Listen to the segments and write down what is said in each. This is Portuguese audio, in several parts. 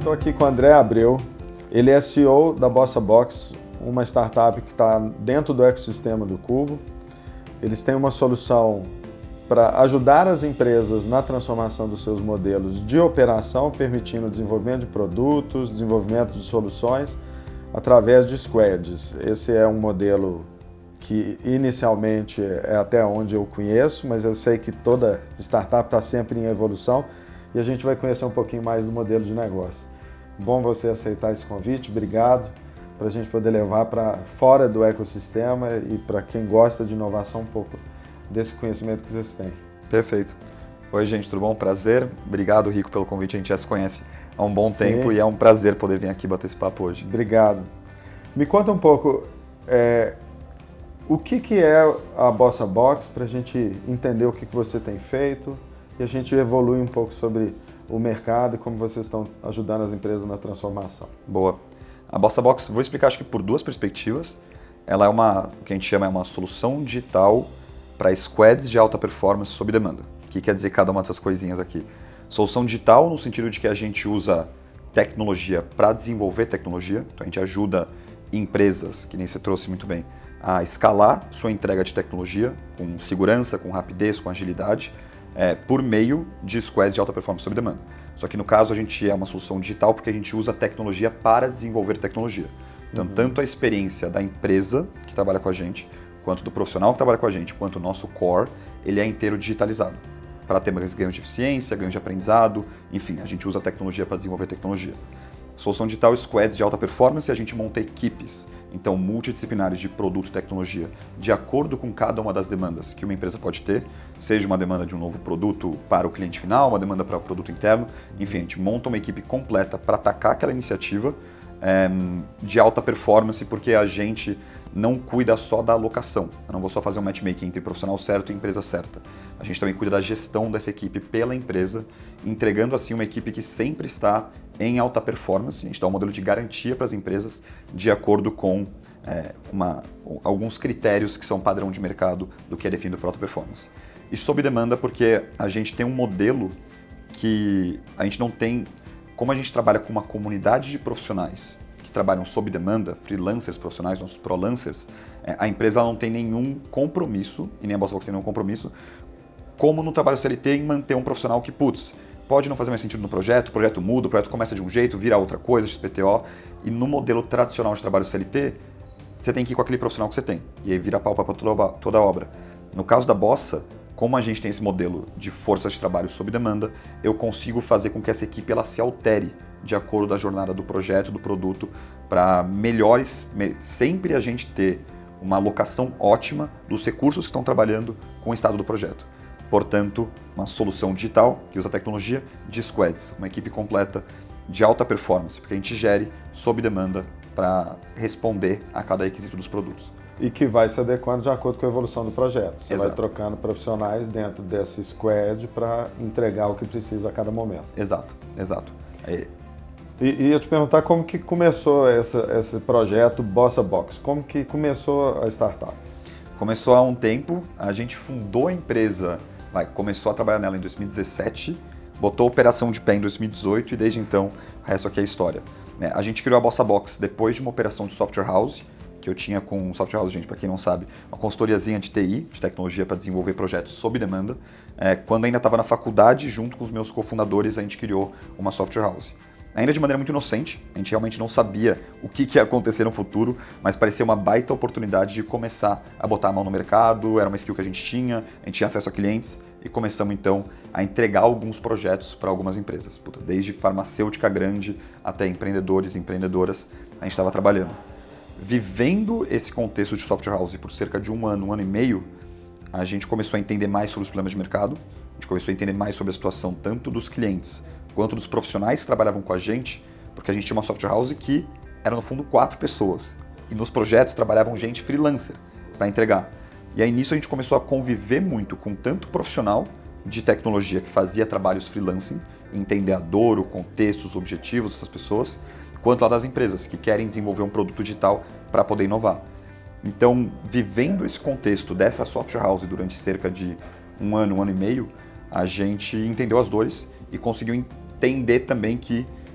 Estou aqui com o André Abreu, ele é CEO da BossaBox, uma startup que está dentro do ecossistema do Cubo. Eles têm uma solução para ajudar as empresas na transformação dos seus modelos de operação, permitindo o desenvolvimento de produtos, desenvolvimento de soluções através de squads. Esse é um modelo que inicialmente é até onde eu conheço, mas eu sei que toda startup está sempre em evolução e a gente vai conhecer um pouquinho mais do modelo de negócio. Bom você aceitar esse convite, obrigado, para a gente poder levar para fora do ecossistema e para quem gosta de inovação um pouco desse conhecimento que vocês têm. Perfeito. Oi gente, tudo bom? Prazer. Obrigado, Rico, pelo convite, a gente já se conhece há um bom tempo e é um prazer poder vir aqui bater esse papo hoje. Obrigado. Me conta um pouco, o que é a BossaBox para a gente entender o que você tem feito e a gente evolui um pouco sobre o mercado e como vocês estão ajudando as empresas na transformação. Boa. A BossaBox, vou explicar acho que por duas perspectivas. Ela é o que a gente chama uma solução digital para squads de alta performance sob demanda. O que quer dizer cada uma dessas coisinhas aqui? Solução digital no sentido de que a gente usa tecnologia para desenvolver tecnologia. Então a gente ajuda empresas, que nem você trouxe muito bem, a escalar sua entrega de tecnologia com segurança, com rapidez, com agilidade, por meio de squads de alta performance sob demanda. Só que no caso a gente é uma solução digital porque a gente usa tecnologia para desenvolver tecnologia. Então tanto a experiência da empresa que trabalha com a gente, quanto do profissional que trabalha com a gente, quanto o nosso core, ele é inteiro digitalizado. Para ter mais ganhos de eficiência, ganhos de aprendizado, enfim, a gente usa a tecnologia para desenvolver tecnologia. Solução digital squads de alta performance, a gente monta equipes, então multidisciplinares de produto e tecnologia, de acordo com cada uma das demandas que uma empresa pode ter, seja uma demanda de um novo produto para o cliente final, uma demanda para o produto interno, enfim, a gente monta uma equipe completa para atacar aquela iniciativa de alta performance, porque a gente não cuida só da alocação. Eu não vou só fazer um matchmaking entre profissional certo e empresa certa. A gente também cuida da gestão dessa equipe pela empresa, entregando assim uma equipe que sempre está em alta performance. A gente dá um modelo de garantia para as empresas de acordo com alguns critérios que são padrão de mercado do que é definido por alta performance. E sob demanda porque a gente tem um modelo que a gente não tem, como a gente trabalha com uma comunidade de profissionais que trabalham sob demanda, freelancers profissionais, nossos prolancers, a empresa não tem nenhum compromisso, e nem a BossaBox tem nenhum compromisso, como no trabalho CLT, em manter um profissional que, pode não fazer mais sentido no projeto, o projeto muda, o projeto começa de um jeito, vira outra coisa, XPTO, e no modelo tradicional de trabalho CLT, você tem que ir com aquele profissional que você tem, e aí vira pau para toda a obra. No caso da Bossa, como a gente tem esse modelo de forças de trabalho sob demanda, eu consigo fazer com que essa equipe ela se altere de acordo com a jornada do projeto, do produto, para sempre a gente ter uma alocação ótima dos recursos que estão trabalhando com o estado do projeto. Portanto, uma solução digital que usa tecnologia de squads, uma equipe completa de alta performance, porque a gente gere sob demanda para responder a cada requisito dos produtos. E que vai se adequando de acordo com a evolução do projeto. Você Exato. vai trocando profissionais dentro desse squad para entregar o que precisa a cada momento. Exato. E eu te perguntar como que começou esse projeto BossaBox? Como que começou a startup? Começou há um tempo, a gente fundou a empresa, começou a trabalhar nela em 2017, botou a operação de pé em 2018 e desde então o resto aqui é história. A gente criou a BossaBox depois de uma operação de software house, que eu tinha com software house, gente, para quem não sabe, uma consultoriazinha de TI, de tecnologia para desenvolver projetos sob demanda. Quando ainda estava na faculdade, junto com os meus cofundadores, a gente criou uma software house. Ainda de maneira muito inocente, a gente realmente não sabia o que ia acontecer no futuro, mas parecia uma baita oportunidade de começar a botar a mão no mercado, era uma skill que a gente tinha acesso a clientes e começamos então a entregar alguns projetos para algumas empresas. Desde farmacêutica grande até empreendedores e empreendedoras, a gente estava trabalhando. Vivendo esse contexto de software house por cerca de um ano e meio, a gente começou a entender mais sobre os problemas de mercado, a gente começou a entender mais sobre a situação tanto dos clientes quanto dos profissionais que trabalhavam com a gente, porque a gente tinha uma software house que era no fundo 4 pessoas, e nos projetos trabalhavam gente freelancer para entregar. E aí nisso a gente começou a conviver muito com tanto profissional de tecnologia que fazia trabalhos freelancing, entender a dor, o contexto, os objetivos dessas pessoas, quanto lá das empresas que querem desenvolver um produto digital para poder inovar. Então, vivendo esse contexto dessa software house durante cerca de um ano e meio, a gente entendeu as dores e conseguiu entender também que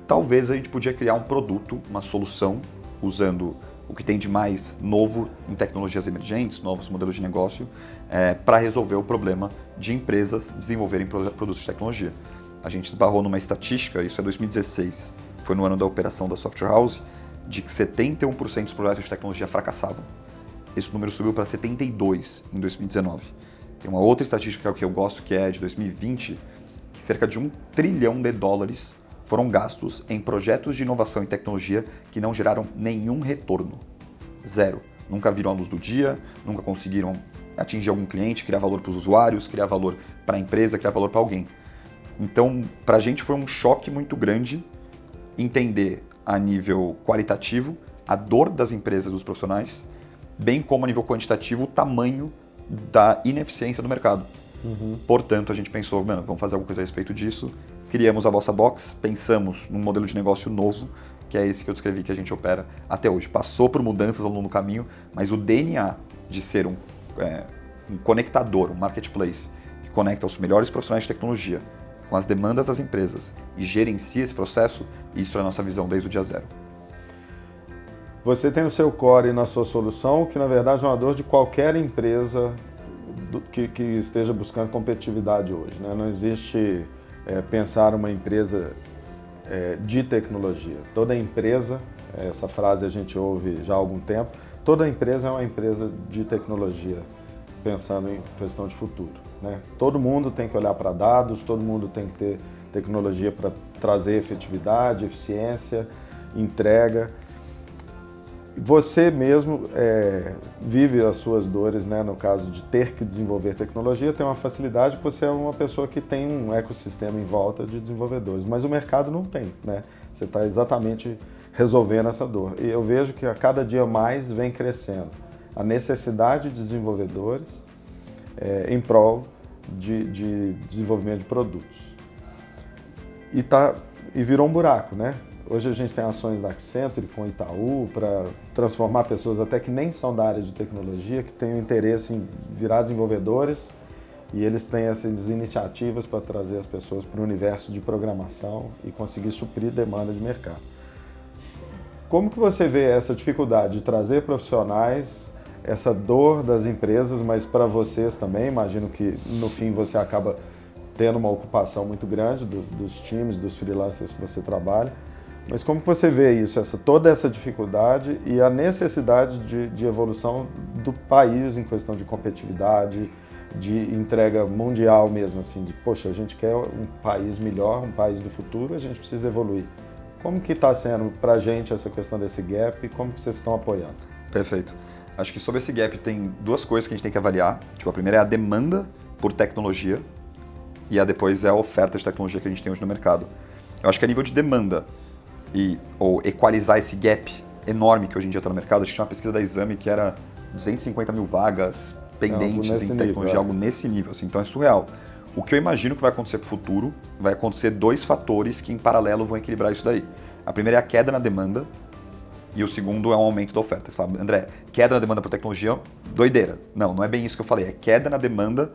talvez a gente podia criar um produto, uma solução, usando o que tem de mais novo em tecnologias emergentes, novos modelos de negócio, para resolver o problema de empresas desenvolverem produtos de tecnologia. A gente esbarrou numa estatística, isso é 2016, foi no ano da operação da Software House, de que 71% dos projetos de tecnologia fracassavam. Esse número subiu para 72% em 2019. Tem uma outra estatística que eu gosto, que é de 2020, que cerca de $1 trilhão foram gastos em projetos de inovação e tecnologia que não geraram nenhum retorno. Zero. Nunca viram a luz do dia, nunca conseguiram atingir algum cliente, criar valor para os usuários, criar valor para a empresa, criar valor para alguém. Então, para a gente foi um choque muito grande entender a nível qualitativo a dor das empresas e dos profissionais, bem como a nível quantitativo o tamanho da ineficiência do mercado. Portanto, a gente pensou, vamos fazer alguma coisa a respeito disso. Criamos a Bossa Box, pensamos num modelo de negócio novo, que é esse que eu descrevi que a gente opera até hoje. Passou por mudanças ao longo do caminho, mas o DNA de ser um conectador, um marketplace, que conecta os melhores profissionais de tecnologia com as demandas das empresas e gerencia esse processo, isso é a nossa visão desde o dia zero. Você tem o seu core na sua solução, que na verdade é uma dor de qualquer empresa que esteja buscando competitividade hoje, né? Não existe pensar uma empresa de tecnologia. Toda empresa, essa frase a gente ouve já há algum tempo, toda empresa é uma empresa de tecnologia, pensando em questão de futuro, né? Todo mundo tem que olhar para dados, todo mundo tem que ter tecnologia para trazer efetividade, eficiência, entrega. Você mesmo vive as suas dores, né? No caso de ter que desenvolver tecnologia, tem uma facilidade que você é uma pessoa que tem um ecossistema em volta de desenvolvedores, mas o mercado não tem, né? Você está exatamente resolvendo essa dor. E eu vejo que a cada dia mais vem crescendo a necessidade de desenvolvedores em prol de desenvolvimento de produtos. E virou um buraco, né? Hoje a gente tem ações da Accenture com Itaú para transformar pessoas até que nem são da área de tecnologia, que têm o interesse em virar desenvolvedores, e eles têm essas iniciativas para trazer as pessoas para o universo de programação e conseguir suprir demanda de mercado. Como que você vê essa dificuldade de trazer profissionais, essa dor das empresas, mas para vocês também? Imagino que no fim você acaba tendo uma ocupação muito grande dos times, dos freelancers que você trabalha. Mas como que você vê isso, toda essa dificuldade e a necessidade de evolução do país em questão de competitividade, de entrega mundial mesmo, assim, de, poxa, a gente quer um país melhor, um país do futuro, a gente precisa evoluir. Como que está sendo para a gente essa questão desse gap e como que vocês estão apoiando? Perfeito. Acho que sobre esse gap tem duas coisas que a gente tem que avaliar. Tipo, a primeira é a demanda por tecnologia e depois é a oferta de tecnologia que a gente tem hoje no mercado. Eu acho que a nível de demanda, ou equalizar esse gap enorme que hoje em dia está no mercado. A gente tinha uma pesquisa da Exame que era 250 mil vagas pendentes em tecnologia, algo nesse nível. Assim, então é surreal. O que eu imagino que vai acontecer para o futuro, vai acontecer dois fatores que em paralelo vão equilibrar isso daí. A primeira é a queda na demanda e o segundo é um aumento da oferta. Você fala, André, queda na demanda por tecnologia, doideira. Não é bem isso que eu falei. É queda na demanda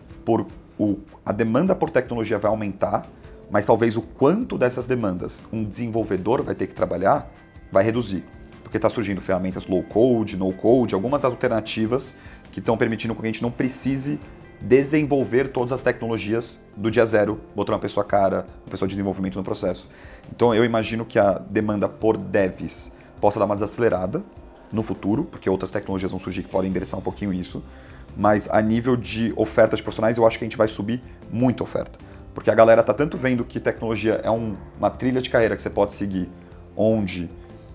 a demanda por tecnologia vai aumentar, mas talvez o quanto dessas demandas um desenvolvedor vai ter que trabalhar vai reduzir. Porque está surgindo ferramentas low code, no code, algumas alternativas que estão permitindo que a gente não precise desenvolver todas as tecnologias do dia zero, botar uma pessoa uma pessoa de desenvolvimento no processo. Então eu imagino que a demanda por devs possa dar uma desacelerada no futuro, porque outras tecnologias vão surgir que podem endereçar um pouquinho isso, mas a nível de oferta de profissionais eu acho que a gente vai subir muito a oferta. Porque a galera está tanto vendo que tecnologia é uma trilha de carreira que você pode seguir, onde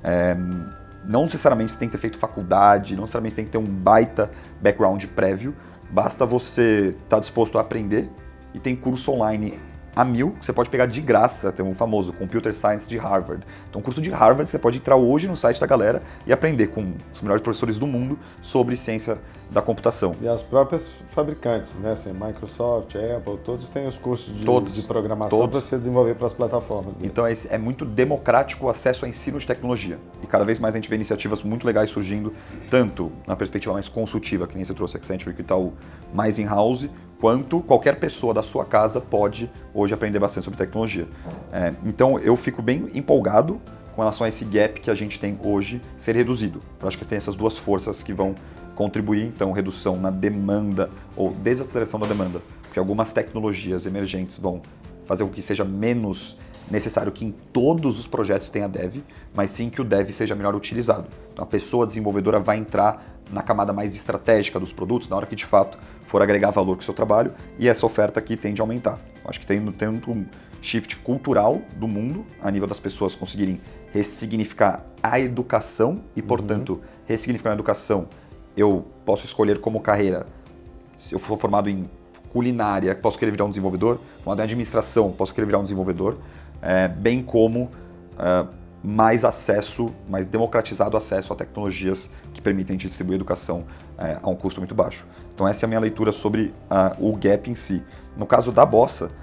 não necessariamente você tem que ter feito faculdade, não necessariamente você tem que ter um baita background prévio, basta você estar disposto a aprender e tem curso online a 1.000 que você pode pegar de graça, tem um famoso Computer Science de Harvard. Então, um curso de Harvard você pode entrar hoje no site da galera e aprender com os melhores professores do mundo sobre ciência da computação. E as próprias fabricantes, né? Assim, Microsoft, Apple, todos têm os cursos de programação para você desenvolver para as plataformas. Né? Então, é muito democrático o acesso ao ensino de tecnologia. E cada vez mais a gente vê iniciativas muito legais surgindo, tanto na perspectiva mais consultiva, que nem você trouxe Accenture, que está mais in-house, quanto qualquer pessoa da sua casa pode hoje aprender bastante sobre tecnologia. Então eu fico bem empolgado com relação a esse gap que a gente tem hoje ser reduzido. Eu acho que tem essas duas forças que vão contribuir, então, redução na demanda ou desaceleração da demanda, porque algumas tecnologias emergentes vão fazer com que seja menos necessário que em todos os projetos tenha dev, mas sim que o dev seja melhor utilizado. Então a pessoa desenvolvedora vai entrar na camada mais estratégica dos produtos, na hora que de fato for agregar valor com o seu trabalho, e essa oferta aqui tende a aumentar. Eu acho que tem um shift cultural do mundo, a nível das pessoas conseguirem ressignificar a educação e, portanto, ressignificando a educação, eu posso escolher como carreira, se eu for formado em culinária, posso querer virar um desenvolvedor, formado em administração, posso querer virar um desenvolvedor, bem como mais acesso, mais democratizado acesso a tecnologias que permitem te distribuir educação a um custo muito baixo. Então essa é a minha leitura sobre o gap em si. No caso da Bossa,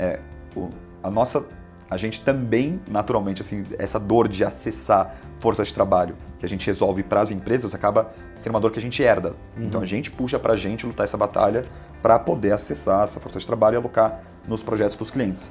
a gente também, naturalmente, assim, essa dor de acessar forças de trabalho que a gente resolve para as empresas acaba sendo uma dor que a gente herda. Então a gente puxa para a gente lutar essa batalha para poder acessar essa força de trabalho e alocar nos projetos para os clientes.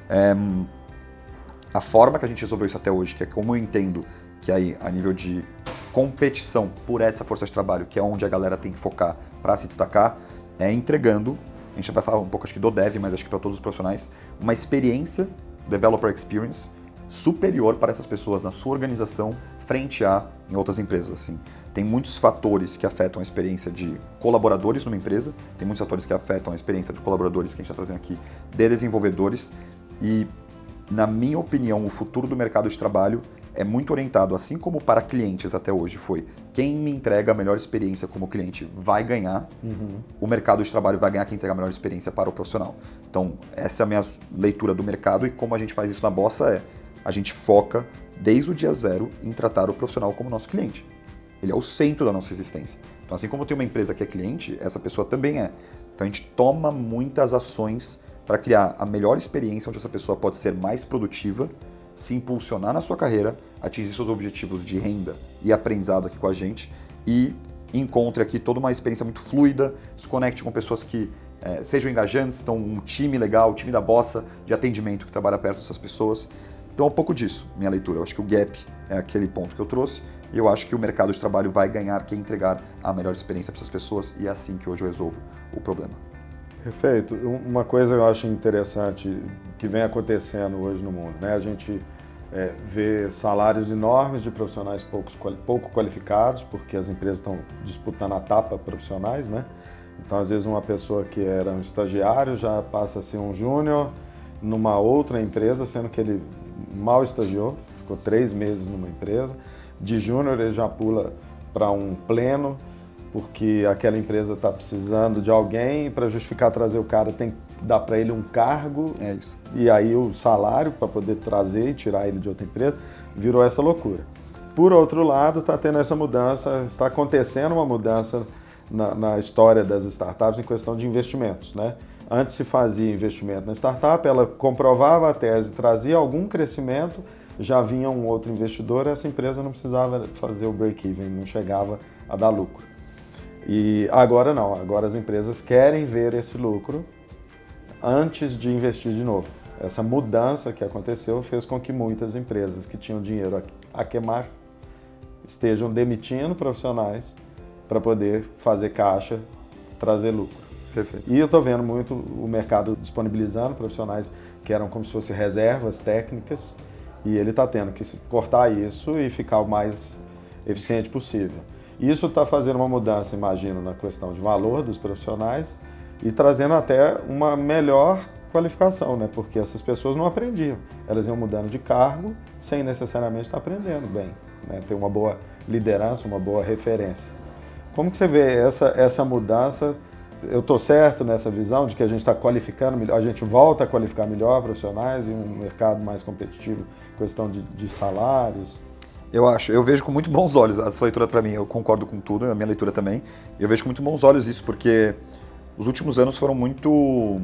A forma que a gente resolveu isso até hoje, que é como eu entendo que aí a nível de competição por essa força de trabalho, que é onde a galera tem que focar para se destacar, é entregando, a gente vai falar um pouco acho que do dev, mas acho que para todos os profissionais, uma experiência, developer experience, superior para essas pessoas na sua organização frente a em outras empresas. Assim. Tem muitos fatores que afetam a experiência de colaboradores numa empresa, tem muitos fatores que afetam a experiência de colaboradores que a gente está trazendo aqui, de desenvolvedores, e na minha opinião o futuro do mercado de trabalho é muito orientado, assim como para clientes até hoje foi, quem me entrega a melhor experiência como cliente vai ganhar, o mercado de trabalho vai ganhar quem entrega a melhor experiência para o profissional. Então essa é a minha leitura do mercado, e como a gente faz isso na Bossa a gente foca desde o dia zero em tratar o profissional como nosso cliente. Ele é o centro da nossa existência. Então assim como tem uma empresa que é cliente, essa pessoa também é. Então a gente toma muitas ações para criar a melhor experiência onde essa pessoa pode ser mais produtiva, se impulsionar na sua carreira, atingir seus objetivos de renda e aprendizado aqui com a gente e encontre aqui toda uma experiência muito fluida, se conecte com pessoas que sejam engajantes, então um time legal, o time da Bossa de atendimento que trabalha perto dessas pessoas. Então é um pouco disso, minha leitura. Eu acho que o gap é aquele ponto que eu trouxe e eu acho que o mercado de trabalho vai ganhar quem entregar a melhor experiência para essas pessoas e é assim que hoje eu resolvo o problema. Perfeito. Uma coisa que eu acho interessante que vem acontecendo hoje no mundo, né? A gente vê salários enormes de profissionais pouco qualificados, porque as empresas estão disputando a tapa profissionais, né? Então, às vezes, uma pessoa que era um estagiário já passa a ser um júnior numa outra empresa, sendo que ele mal estagiou, ficou 3 meses numa empresa. De júnior, ele já pula para um pleno, porque aquela empresa está precisando de alguém e para justificar trazer o cara tem que dar para ele um cargo e aí o salário para poder trazer e tirar ele de outra empresa, virou essa loucura. Por outro lado, está tendo essa mudança, está acontecendo uma mudança na história das startups em questão de investimentos, né? Antes se fazia investimento na startup, ela comprovava a tese, trazia algum crescimento, já vinha um outro investidor, essa empresa não precisava fazer o break-even, não chegava a dar lucro. E agora não, agora as empresas querem ver esse lucro antes de investir de novo. Essa mudança que aconteceu fez com que muitas empresas que tinham dinheiro a queimar estejam demitindo profissionais para poder fazer caixa, trazer lucro. Perfeito. E eu estou vendo muito o mercado disponibilizando profissionais que eram como se fossem reservas técnicas e ele está tendo que cortar isso e ficar o mais eficiente possível. Isso está fazendo uma mudança, imagino, na questão de valor dos profissionais e trazendo até uma melhor qualificação, né? Porque essas pessoas não aprendiam. Elas iam mudando de cargo sem necessariamente estar aprendendo bem, né? Ter uma boa liderança, uma boa referência. Como que você vê essa mudança? Eu estou certo nessa visão de que a gente está qualificando melhor, a gente volta a qualificar melhor profissionais em um mercado mais competitivo, questão de salários? Eu vejo com muito bons olhos a sua leitura para mim, eu concordo com tudo, a minha leitura também. Eu vejo com muito bons olhos isso, porque os últimos anos foram muito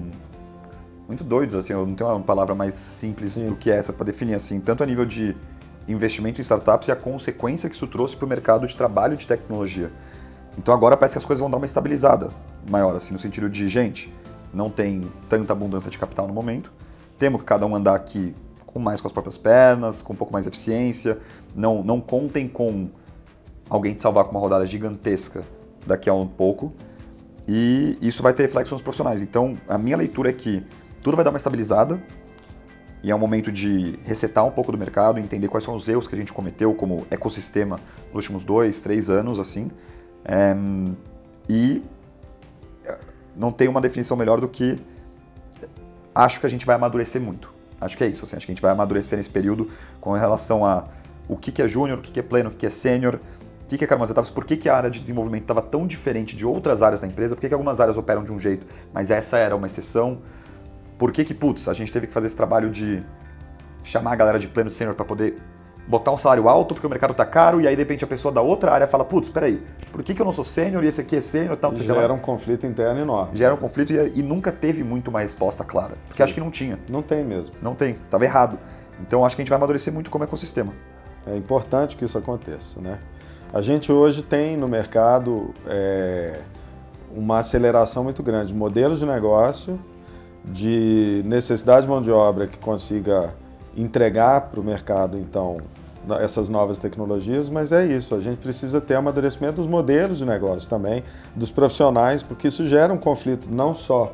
doidos, assim, eu não tenho uma palavra mais simples do que essa para definir, assim, tanto a nível de investimento em startups e a consequência que isso trouxe para o mercado de trabalho de tecnologia. Então agora parece que as coisas vão dar uma estabilizada maior, assim, no sentido de, gente, não tem tanta abundância de capital no momento. Temos que cada um andar aqui mais com as próprias pernas, com um pouco mais de eficiência. Não contem com alguém te salvar com uma rodada gigantesca daqui a um pouco. E isso vai ter reflexo nos profissionais. Então, a minha leitura é que tudo vai dar uma estabilizada e é um momento de resetar um pouco do mercado, entender quais são os erros que a gente cometeu como ecossistema nos últimos 2, 3 anos, assim. E não tem uma definição melhor do que acho que a gente vai amadurecer muito. Acho que é isso, assim, acho que a gente vai amadurecer nesse período com relação a o que é júnior, o que é pleno, o que é sênior, o que é cada uma das etapas, por que a área de desenvolvimento estava tão diferente de outras áreas da empresa, por que algumas áreas operam de um jeito, mas essa era uma exceção, por que, putz, a gente teve que fazer esse trabalho de chamar a galera de pleno e sênior para poder botar um salário alto porque o mercado tá caro e aí de repente a pessoa da outra área fala, putz, peraí, por que eu não sou sênior e esse aqui é sênior e tal? Gera um conflito interno enorme. Gera um conflito e nunca teve muito uma resposta clara, porque Sim. acho que não tinha. Não tem mesmo. Não tem, estava errado. Então acho que a gente vai amadurecer muito como ecossistema. É importante que isso aconteça, né? A gente hoje tem no mercado uma aceleração muito grande de modelos de negócio, de necessidade de mão de obra que consiga entregar para o mercado, então, essas novas tecnologias, mas é isso, a gente precisa ter amadurecimento dos modelos de negócio também, dos profissionais, porque isso gera um conflito não só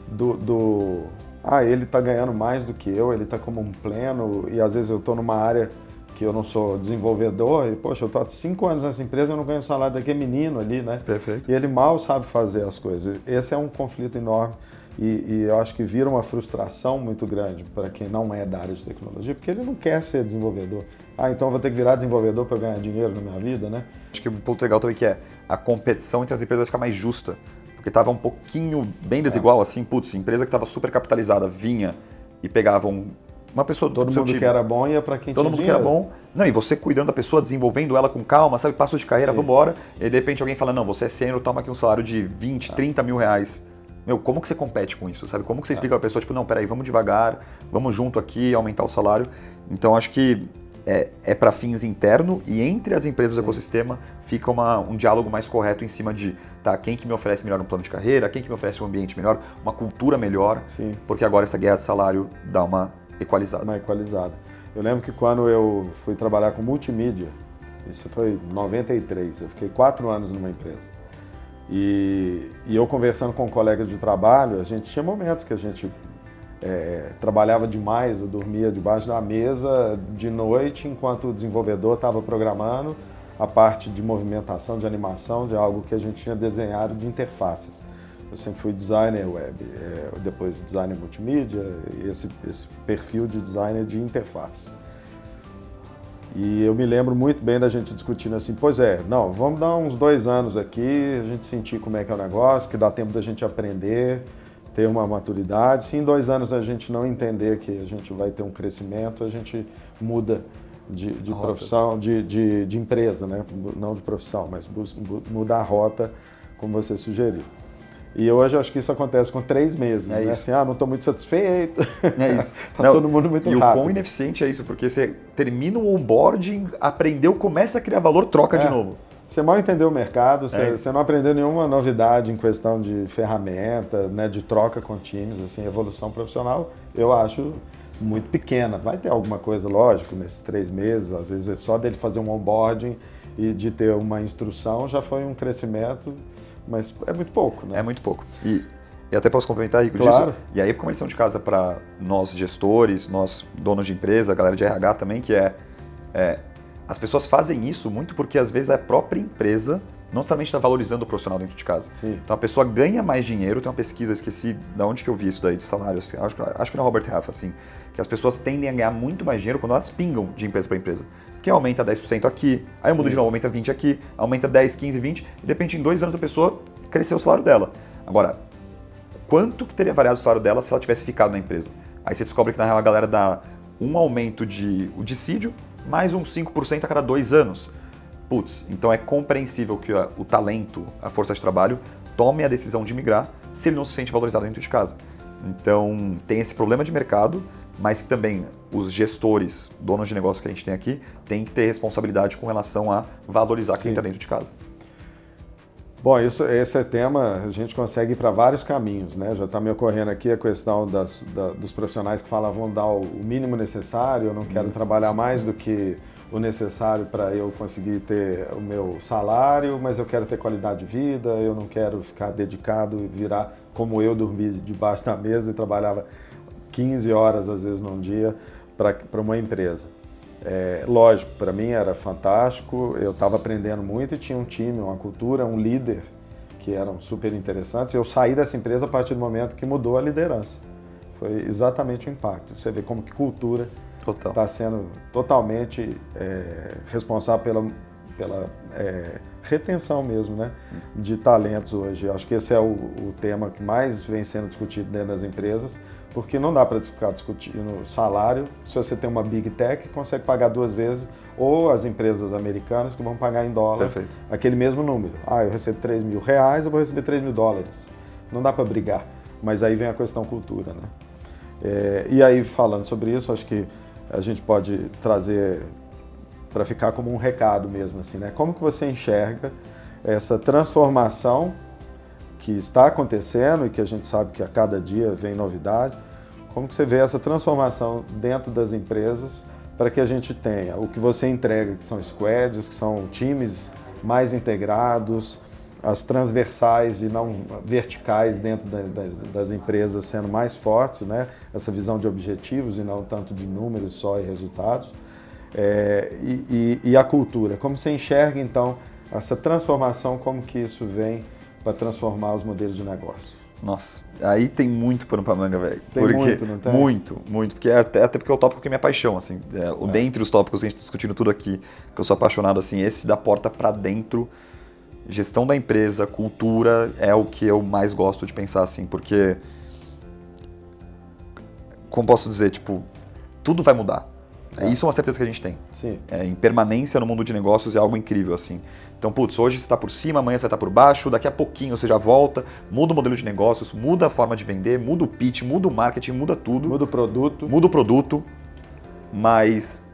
ele está ganhando mais do que eu, ele está como um pleno, e às vezes eu estou numa área que eu não sou desenvolvedor, e poxa, eu estou há 5 anos nessa empresa, eu não ganho salário daquele menino ali, né? Perfeito. E ele mal sabe fazer as coisas. Esse é um conflito enorme e eu acho que vira uma frustração muito grande para quem não é da área de tecnologia, porque ele não quer ser desenvolvedor. Então eu vou ter que virar desenvolvedor para ganhar dinheiro na minha vida, né? Acho que um ponto legal também que é a competição entre as empresas vai ficar mais justa, porque estava um pouquinho bem desigual, assim, putz, empresa que estava super capitalizada vinha e pegava uma pessoa do Todo seu mundo time. que era bom ia para quem Todo tinha mundo dinheiro. que era bom. Não, e você cuidando da pessoa, desenvolvendo ela com calma, sabe? Passo de carreira, Sim. vambora. E de repente alguém fala, não, você é sênior, toma aqui um salário de 20, 30 mil reais. Meu, como que você compete com isso, sabe? Como que você explica pra pessoa, tipo, não, peraí, vamos devagar, vamos junto aqui, aumentar o salário. Então, acho que é para fins interno e entre as empresas do ecossistema fica um diálogo mais correto em cima de, tá, quem que me oferece melhor um plano de carreira, quem que me oferece um ambiente melhor, uma cultura melhor, Sim. Porque agora essa guerra de salário dá uma equalizada. Uma equalizada. Eu lembro que quando eu fui trabalhar com multimídia, isso foi em 93, eu fiquei 4 anos numa empresa. E eu conversando com colegas de trabalho, a gente tinha momentos que a gente trabalhava demais, eu dormia debaixo da mesa de noite enquanto o desenvolvedor estava programando a parte de movimentação, de animação, de algo que a gente tinha desenhado de interfaces. Eu sempre fui designer web, depois designer multimídia, e esse perfil de designer de interface. E eu me lembro muito bem da gente discutindo assim, vamos dar uns 2 anos aqui, a gente sentir como é que é o negócio, que dá tempo da gente aprender, ter uma maturidade. Se em 2 anos a gente não entender que a gente vai ter um crescimento, a gente muda de profissão, de empresa, né? Não de profissão, mas mudar a rota, como você sugeriu. E hoje eu acho que isso acontece com 3 meses, né? Isso. Assim, não estou muito satisfeito. É isso. Tá todo mundo muito rápido. E o quão ineficiente é isso, porque você termina o onboarding, aprendeu, começa a criar valor, troca de novo. Você mal entendeu o mercado, você não aprendeu nenhuma novidade em questão de ferramenta, né, de troca com times, assim, evolução profissional, eu acho muito pequena. Vai ter alguma coisa, lógico, nesses 3 meses, às vezes é só dele fazer um onboarding e de ter uma instrução, já foi um crescimento, mas é muito pouco, né? É muito pouco. E até posso complementar, Rico, claro. disso. E aí fica uma lição de casa para nós gestores, nós donos de empresa, a galera de RH também, que as pessoas fazem isso muito porque às vezes a própria empresa não necessariamente está valorizando o profissional dentro de casa. Sim. Então a pessoa ganha mais dinheiro, tem uma pesquisa, esqueci de onde que eu vi isso daí de salário, acho que na Robert Half, assim, que as pessoas tendem a ganhar muito mais dinheiro quando elas pingam de empresa para empresa. Porque aumenta 10% aqui, aí eu mudo de novo, aumenta 20% aqui, aumenta 10%, 15%, 20%, e de repente em 2 anos a pessoa cresceu o salário dela. Agora, quanto que teria variado o salário dela se ela tivesse ficado na empresa? Aí você descobre que na real a galera dá um aumento de dissídio, mais uns 5% a cada 2 anos. Putz, então é compreensível que o talento, a força de trabalho, tome a decisão de migrar se ele não se sente valorizado dentro de casa. Então tem esse problema de mercado, mas que também os gestores, donos de negócio que a gente tem aqui, têm que ter responsabilidade com relação a valorizar quem está dentro de casa. Bom, esse tema a gente consegue ir para vários caminhos, né? Já está me ocorrendo aqui a questão dos profissionais que falam, vão dar o mínimo necessário, eu não quero trabalhar mais do que o necessário para eu conseguir ter o meu salário, mas eu quero ter qualidade de vida, eu não quero ficar dedicado e virar como eu dormir debaixo da mesa e trabalhava 15 horas às vezes num dia para uma empresa. Lógico, para mim era fantástico, eu estava aprendendo muito e tinha um time, uma cultura, um líder que eram super interessantes. Eu saí dessa empresa a partir do momento que mudou a liderança. Foi exatamente o impacto. Você vê como que cultura está sendo totalmente responsável pela retenção mesmo, né, de talentos hoje. Acho que esse é o tema que mais vem sendo discutido dentro das empresas, porque não dá para ficar discutindo salário se você tem uma Big Tech que consegue pagar 2 vezes, ou as empresas americanas que vão pagar em dólar. Perfeito. Aquele mesmo número. Eu recebo R$3.000, eu vou receber $3.000. Não dá para brigar, mas aí vem a questão cultura, né? E aí, falando sobre isso, acho que a gente pode trazer para ficar como um recado mesmo, assim, né? Como que você enxerga essa transformação que está acontecendo e que a gente sabe que a cada dia vem novidade? Como que você vê essa transformação dentro das empresas para que a gente tenha o que você entrega, que são squads, que são times mais integrados, as transversais e não verticais dentro das empresas sendo mais fortes, né? Essa visão de objetivos e não tanto de números só e resultados. E a cultura. Como você enxerga, então, essa transformação, como que isso vem para transformar os modelos de negócio? Nossa, aí tem muito pano pra manga, velho. Tem muito, não tem? Muito, porque até porque é o tópico que é minha paixão, assim. Dentre os tópicos que a gente está discutindo tudo aqui, que eu sou apaixonado, assim, esse da porta para dentro, gestão da empresa, cultura, é o que eu mais gosto de pensar, assim, porque, como posso dizer, tipo, tudo vai mudar. Isso é uma certeza que a gente tem. Sim. Impermanência no mundo de negócios é algo incrível, assim. Então, putz, hoje você está por cima, amanhã você está por baixo, daqui a pouquinho você já volta, muda o modelo de negócios, muda a forma de vender, muda o pitch, muda o marketing, muda tudo. Muda o produto. Muda o produto, mas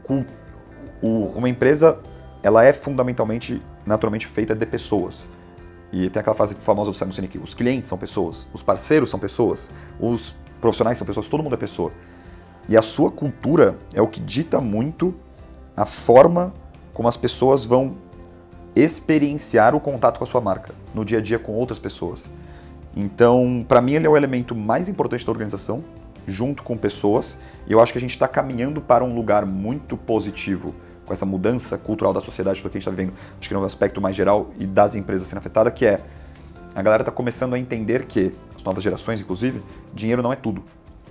uma empresa, ela é fundamentalmente, naturalmente feita de pessoas. E tem aquela frase famosa do Simon Sinek, os clientes são pessoas, os parceiros são pessoas, os profissionais são pessoas, todo mundo é pessoa. E a sua cultura é o que dita muito a forma como as pessoas vão experienciar o contato com a sua marca no dia a dia com outras pessoas. Então, para mim, ele é o elemento mais importante da organização, junto com pessoas, e eu acho que a gente está caminhando para um lugar muito positivo com essa mudança cultural da sociedade, do que a gente está vivendo, acho que no aspecto mais geral e das empresas sendo afetadas, que é a galera está começando a entender que, as novas gerações, inclusive, dinheiro não é tudo.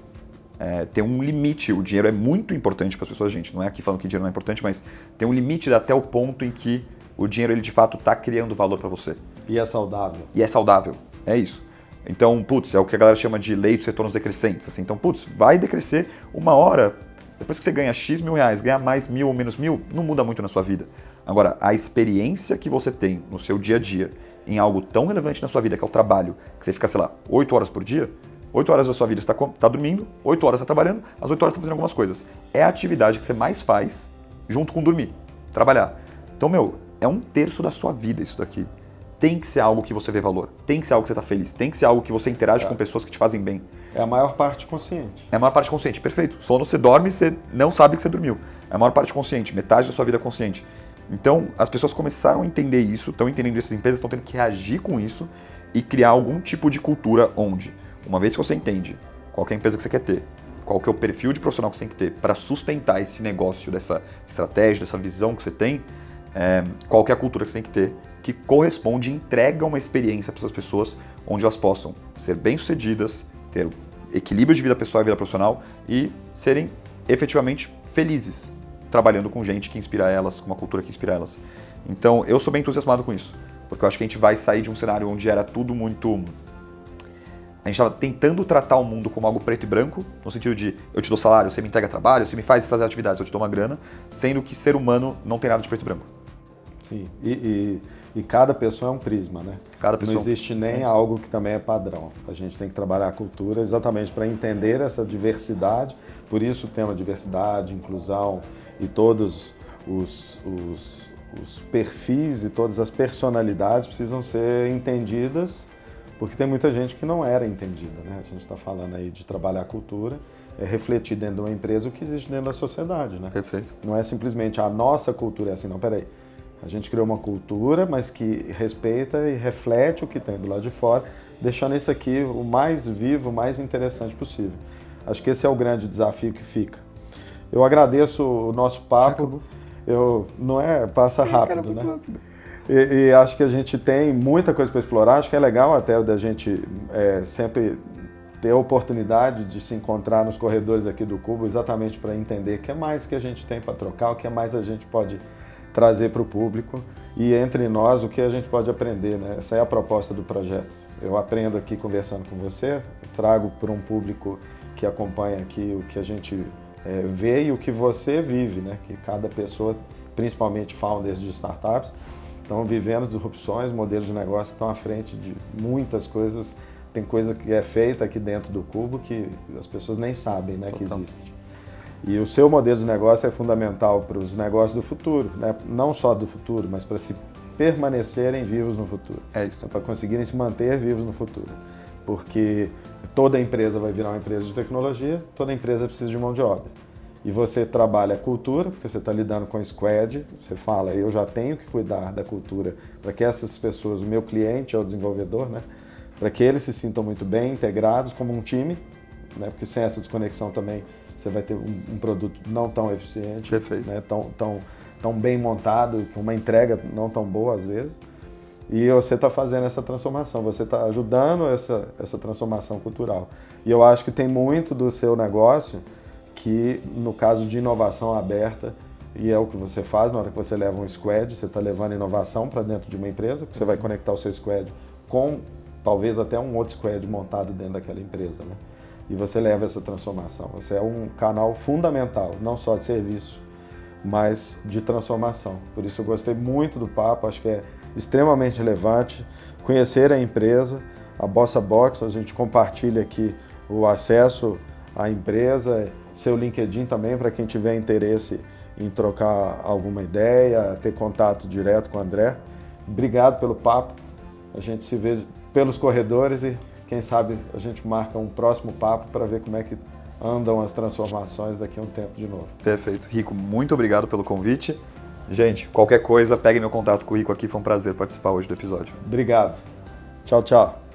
Tem um limite, o dinheiro é muito importante para as pessoas, gente, não é aqui falando que dinheiro não é importante, mas tem um limite até o ponto em que o dinheiro, ele de fato está criando valor para você. E é saudável. E é saudável, é isso. Então, putz, é o que a galera chama de lei dos retornos decrescentes, assim. Então, putz, vai decrescer uma hora, depois que você ganha X mil reais, ganhar mais 1.000 ou menos 1.000, não muda muito na sua vida. Agora, a experiência que você tem no seu dia a dia em algo tão relevante na sua vida, que é o trabalho, que você fica, sei lá, 8 horas por dia, 8 horas da sua vida você está dormindo, 8 horas você está trabalhando, as 8 horas você está fazendo algumas coisas. É a atividade que você mais faz junto com dormir, trabalhar. Então, é 1/3 da sua vida isso daqui. Tem que ser algo que você vê valor, tem que ser algo que você está feliz, tem que ser algo que você interage com pessoas que te fazem bem. É a maior parte consciente. É a maior parte consciente, perfeito. Sono, você dorme e você não sabe que você dormiu. É a maior parte consciente, metade da sua vida é consciente. Então, as pessoas começaram a entender isso, estão entendendo isso, as empresas estão tendo que reagir com isso e criar algum tipo de cultura onde, uma vez que você entende qual que é a empresa que você quer ter, qual que é o perfil de profissional que você tem que ter para sustentar esse negócio, dessa estratégia, dessa visão que você tem, qual que é a cultura que você tem que ter, que corresponde e entrega uma experiência para essas pessoas onde elas possam ser bem-sucedidas, ter equilíbrio de vida pessoal e vida profissional e serem efetivamente felizes, trabalhando com gente que inspira elas, com uma cultura que inspira elas. Então, eu sou bem entusiasmado com isso, porque eu acho que a gente vai sair de um cenário onde era tudo muito... A gente estava tentando tratar o mundo como algo preto e branco, no sentido de eu te dou salário, você me entrega trabalho, você me faz essas atividades, eu te dou uma grana, sendo que ser humano não tem nada de preto e branco. Sim, e cada pessoa é um prisma, né? Cada pessoa não existe nem algo que também é padrão. A gente tem que trabalhar a cultura exatamente para entender essa diversidade, por isso o tema diversidade, inclusão e todos os perfis e todas as personalidades precisam ser entendidas, porque tem muita gente que não era entendida, né? A gente está falando aí de trabalhar a cultura, é refletir dentro de uma empresa o que existe dentro da sociedade, né? Perfeito. Não é simplesmente a nossa cultura é assim, não, peraí. A gente criou uma cultura, mas que respeita e reflete o que tem do lado de fora, deixando isso aqui o mais vivo, o mais interessante possível. Acho que esse é o grande desafio que fica. Eu agradeço o nosso papo. Não é, passa rápido, né? Rápido. E acho que a gente tem muita coisa para explorar. Acho que é legal até da gente sempre ter a oportunidade de se encontrar nos corredores aqui do Cubo, exatamente para entender o que é mais que a gente tem para trocar, o que é mais a gente pode trazer para o público e entre nós o que a gente pode aprender, né? Essa é a proposta do projeto. Eu aprendo aqui conversando com você, trago para um público que acompanha aqui o que a gente vê e o que você vive, né? Que cada pessoa, principalmente founders de startups, estão vivendo disrupções, modelos de negócio que estão à frente de muitas coisas. Tem coisa que é feita aqui dentro do Cubo que as pessoas nem sabem, né, que existe. E o seu modelo de negócio é fundamental para os negócios do futuro, né? Não só do futuro, mas para se permanecerem vivos no futuro. É isso. Para conseguirem se manter vivos no futuro. Porque toda empresa vai virar uma empresa de tecnologia, toda empresa precisa de mão de obra. E você trabalha a cultura, porque você está lidando com squad, você fala, eu já tenho que cuidar da cultura para que essas pessoas, o meu cliente é o desenvolvedor, né? Para que eles se sintam muito bem, integrados como um time, né? Porque sem essa desconexão também você vai ter um produto não tão eficiente, né? tão bem montado, com uma entrega não tão boa às vezes. E você está fazendo essa transformação, você está ajudando essa transformação cultural. E eu acho que tem muito do seu negócio que, no caso de inovação aberta, e é o que você faz na hora que você leva um squad, você está levando inovação para dentro de uma empresa, você vai conectar o seu squad com talvez até um outro squad montado dentro daquela empresa, né? E você leva essa transformação. Você é um canal fundamental, não só de serviço, mas de transformação. Por isso eu gostei muito do papo, acho que é extremamente relevante conhecer a empresa, a Bossa Box, a gente compartilha aqui o acesso à empresa, seu LinkedIn também, para quem tiver interesse em trocar alguma ideia, ter contato direto com o André. Obrigado pelo papo, a gente se vê pelos corredores e quem sabe a gente marca um próximo papo para ver como é que andam as transformações daqui a um tempo de novo. Perfeito. Rico, muito obrigado pelo convite. Gente, qualquer coisa, pegue meu contato com o Rico aqui, foi um prazer participar hoje do episódio. Obrigado. Tchau, tchau.